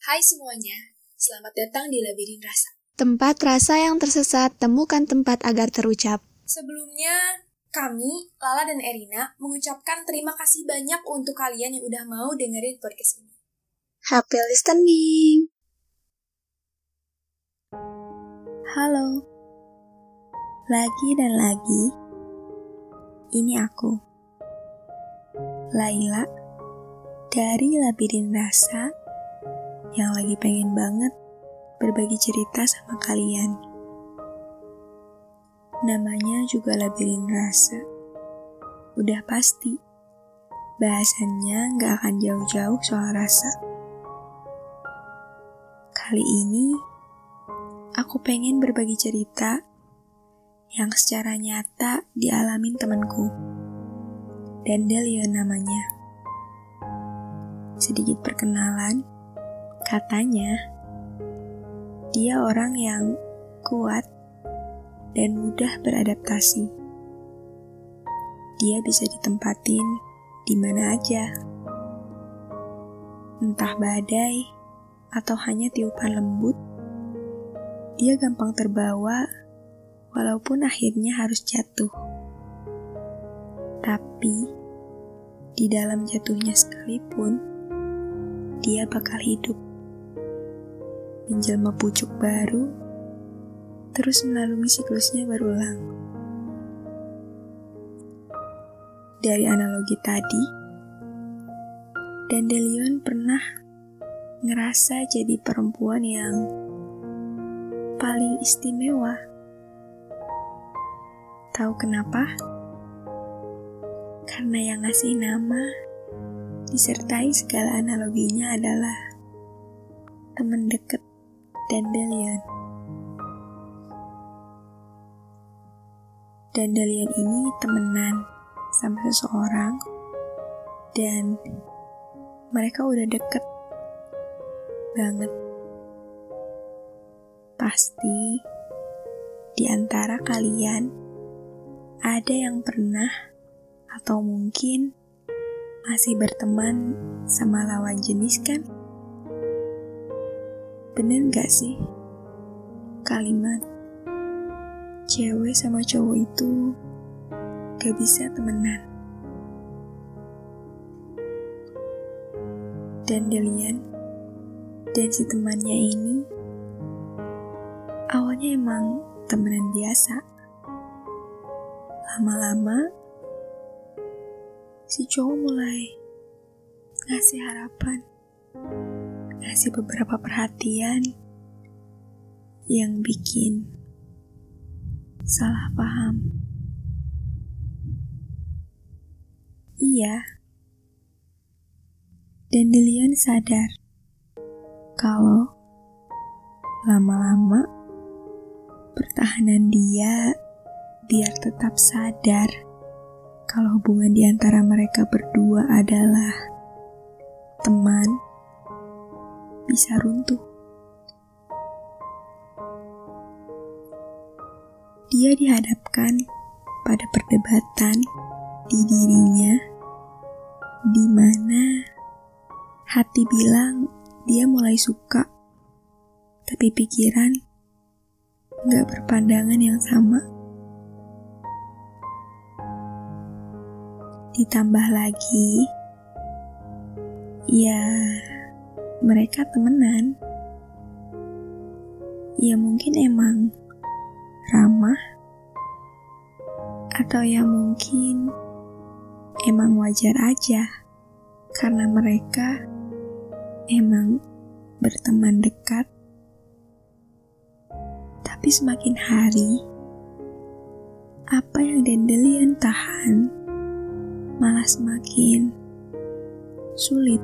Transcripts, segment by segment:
Hai semuanya, selamat datang di Labirin Rasa. Tempat rasa yang tersesat, temukan tempat agar terucap. Sebelumnya, kami, Lala dan Erina, mengucapkan terima kasih banyak untuk kalian yang udah mau dengerin podcast ini. Happy listening! Halo, lagi dan lagi, ini aku, Laila, dari Labirin Rasa, yang lagi pengen banget berbagi cerita sama kalian. Namanya juga Labirin Rasa. Udah pasti, bahasannya gak akan jauh-jauh soal rasa. Kali ini, aku pengen berbagi cerita yang secara nyata dialamin temanku. Dandelion namanya. Sedikit perkenalan, katanya, dia orang yang kuat dan mudah beradaptasi. Dia bisa ditempatin di mana aja. Entah badai atau hanya tiupan lembut, dia gampang terbawa walaupun akhirnya harus jatuh. Tapi, di dalam jatuhnya sekalipun, dia bakal hidup. Menjelma pucuk baru, terus melalui siklusnya berulang. Dari analogi tadi, Dandelion pernah ngerasa jadi perempuan yang paling istimewa. Tahu kenapa? Karena yang ngasih nama disertai segala analoginya adalah teman dekat Dandelion. Dandelion ini temenan sama seseorang dan mereka udah deket banget. Pasti di antara kalian ada yang pernah atau mungkin masih berteman sama lawan jenis kan? Bener gak sih kalimat cewek sama cowok itu gak bisa temenan? Dandelion dan si temannya ini awalnya emang temenan biasa. Lama-lama si cowok mulai ngasih harapan, ngasih beberapa perhatian yang bikin salah paham. Iya, Dandelion sadar kalau lama-lama pertahanan dia biar tetap sadar kalau hubungan di antara mereka berdua adalah teman bisa runtuh. Dia dihadapkan pada perdebatan di dirinya, di mana hati bilang dia mulai suka, tapi pikiran gak berpandangan yang sama. Ditambah lagi, ya mereka temenan. Ya mungkin emang ramah, atau ya mungkin emang wajar aja, karena mereka emang berteman dekat. Tapi semakin hari, apa yang Dandelion tahan malah semakin sulit.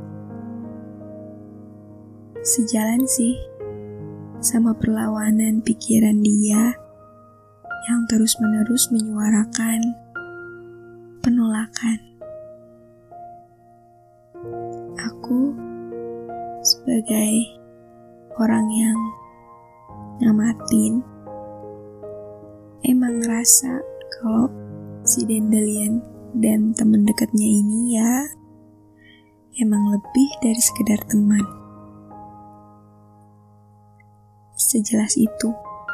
Sejalan sih sama perlawanan pikiran dia yang terus-menerus menyuarakan penolakan. Aku sebagai orang yang ngamatin emang ngerasa kalau si Dandelion dan teman dekatnya ini ya emang lebih dari sekedar teman. sejelas itu.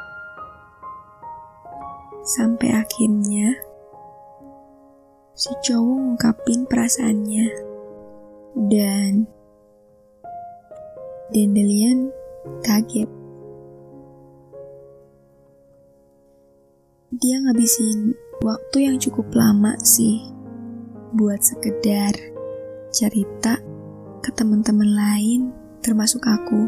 Sampai akhirnya si cowok ngungkapin perasaannya dan Dandelion kaget. Dia ngabisin waktu yang cukup lama sih buat sekedar cerita ke teman-teman lain termasuk aku.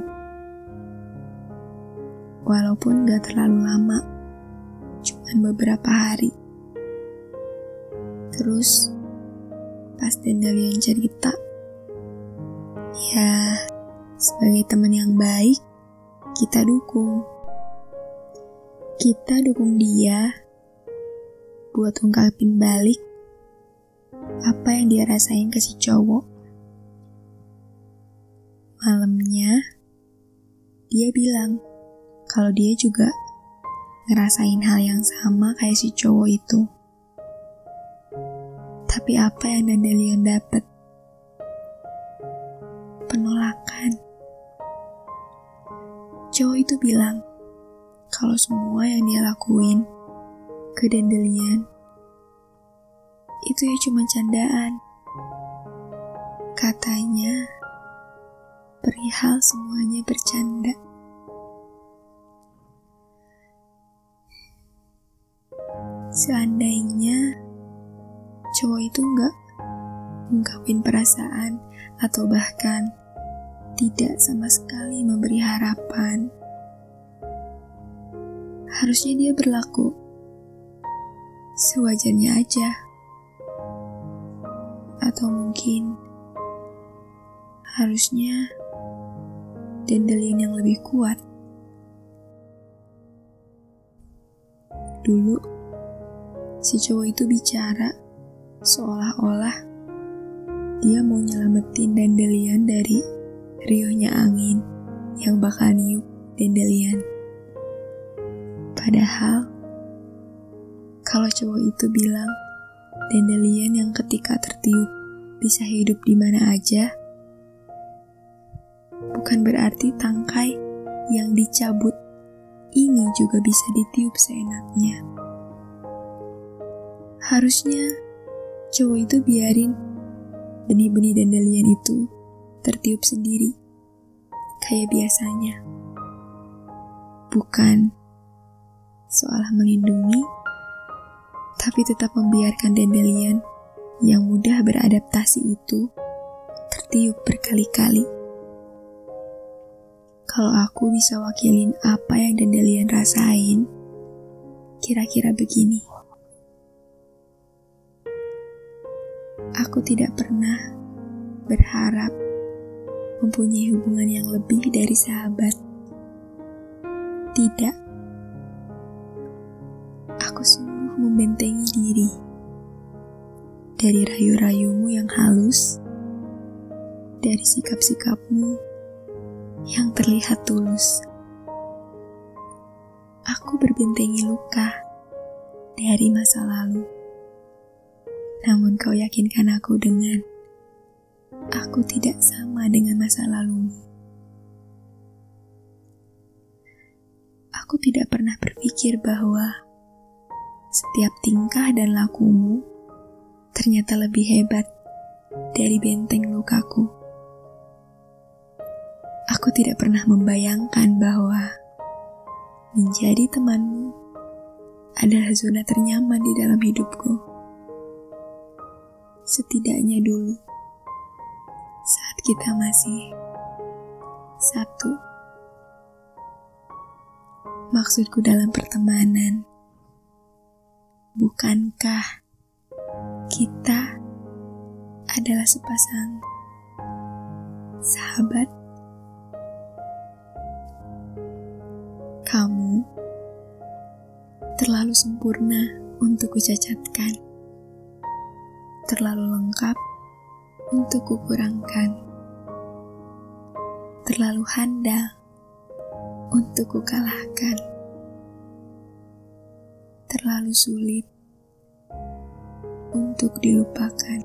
Walaupun gak terlalu lama, cuman beberapa hari. Terus pas Dandelion cerita, ya sebagai teman yang baik, kita dukung. Kita dukung dia buat ungkapin balik apa yang dia rasain ke si cowok. Malamnya, dia bilang kalau dia juga ngerasain hal yang sama kayak si cowok itu. Tapi apa yang Dandelion dapet? Penolakan. Cowok itu bilang kalau semua yang dia lakuin ke Dandelion itu ya cuma candaan. Katanya perihal semuanya bercanda. Seandainya cowok itu nggak ungkapin perasaan atau bahkan tidak sama sekali memberi harapan, harusnya dia berlaku sewajarnya aja. Atau mungkin harusnya Dandelion yang lebih kuat. Dulu si cowok itu bicara seolah-olah dia mau nyelamatin Dandelion dari riuhnya angin yang bakal niup Dandelion. Padahal kalau cowok itu bilang Dandelion yang ketika tertiup bisa hidup di mana aja, bukan berarti tangkai yang dicabut ini juga bisa ditiup seenaknya. Harusnya cowok itu biarin benih-benih Dandelion itu tertiup sendiri kayak biasanya. Bukan seolah melindungi, tapi tetap membiarkan Dandelion yang mudah beradaptasi itu tertiup berkali-kali. Kalau aku bisa wakilin apa yang Dandelion rasain, kira-kira begini. Aku tidak pernah berharap mempunyai hubungan yang lebih dari sahabat. Tidak. Aku sungguh membentengi diri dari rayu-rayumu yang halus, dari sikap-sikapmu yang terlihat tulus. Aku berbentengi luka dari masa lalu. Namun kau yakinkan aku dengan aku tidak sama dengan masa lalumu. Aku tidak pernah berpikir bahwa setiap tingkah dan lakumu ternyata lebih hebat dari benteng lukaku. Aku tidak pernah membayangkan bahwa menjadi temanmu adalah zona ternyaman di dalam hidupku. Setidaknya dulu, saat kita masih satu. Maksudku dalam pertemanan, bukankah kita adalah sepasang sahabat? Kamu terlalu sempurna untuk kucacatkan, terlalu lengkap untuk kukurangkan, terlalu handal untuk kukalahkan, terlalu sulit untuk dilupakan.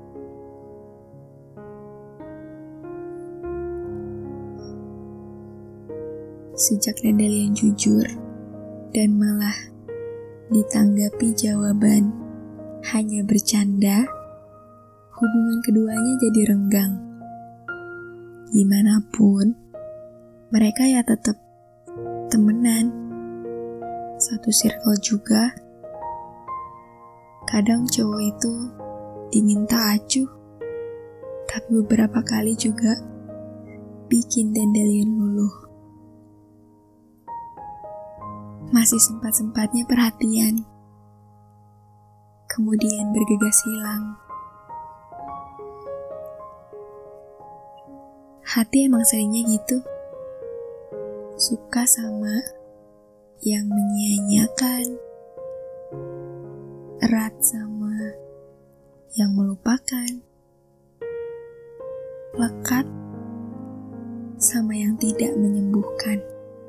Sejak Dandelion jujur dan malah ditanggapi jawaban hanya bercanda, hubungan keduanya jadi renggang. Gimana pun, mereka ya tetap temenan, satu circle juga. Kadang cowok itu diminta acuh, tapi beberapa kali juga bikin Dandelion luluh. Masih sempat-sempatnya perhatian, kemudian bergegas hilang. Hati emang seringnya gitu, suka sama yang menyia-nyiakan, erat sama yang melupakan, lekat sama yang tidak menyembuhkan.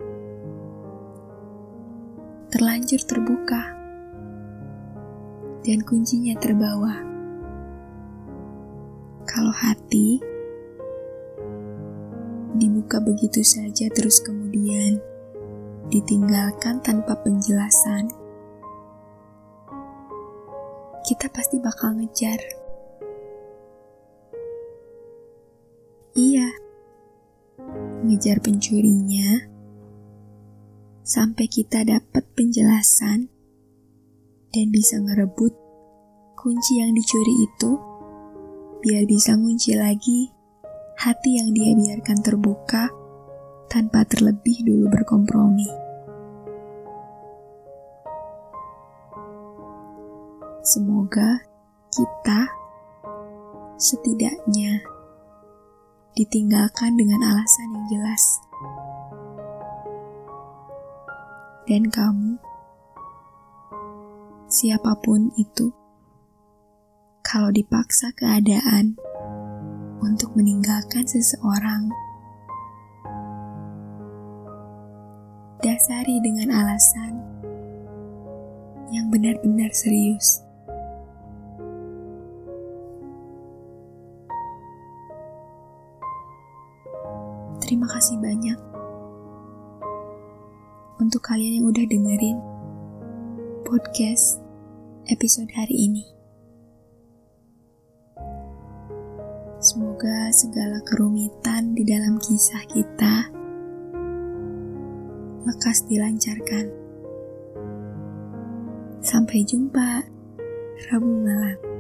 Terlanjur terbuka, dan kuncinya terbawa. Kalau hati dibuka begitu saja terus kemudian ditinggalkan tanpa penjelasan, kita pasti bakal ngejar. Iya, ngejar pencurinya sampai kita dapat penjelasan dan bisa ngerebut kunci yang dicuri itu, biar bisa ngunci lagi hati yang dia biarkan terbuka tanpa terlebih dulu berkompromi. Semoga kita setidaknya ditinggalkan dengan alasan yang jelas. Dan kamu, siapapun itu, kalau dipaksa keadaan untuk meninggalkan seseorang, dasari dengan alasan yang benar-benar serius. Terima kasih banyak untuk kalian yang udah dengerin podcast episode hari ini. Semoga segala kerumitan di dalam kisah kita lekas dilancarkan. Sampai jumpa Rabu malam.